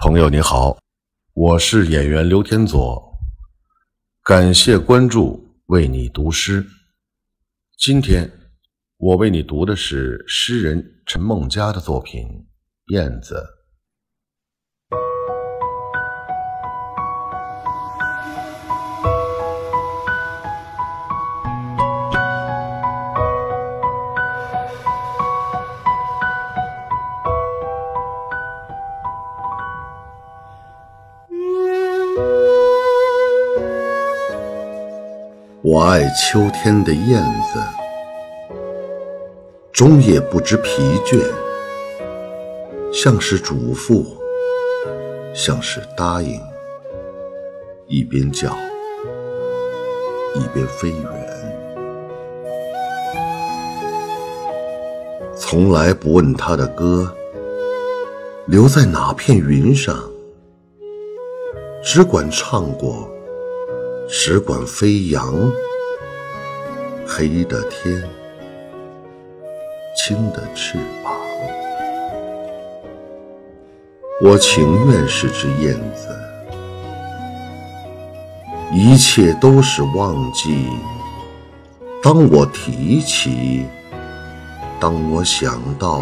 朋友你好，我是演员刘天佐，感谢关注，为你读诗。今天我为你读的是诗人陈梦家的作品《燕子》。 我爱秋天的燕子，终夜不知疲倦，像是嘱咐，像是答应，一边叫，一边飞远。从来不问它的歌留在哪片云上，只管唱过，只管飞扬。黑的天，青的翅膀，我情愿是只燕子，一切都是忘记。当我提起，当我想到，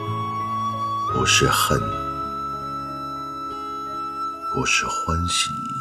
不是恨，不是欢喜。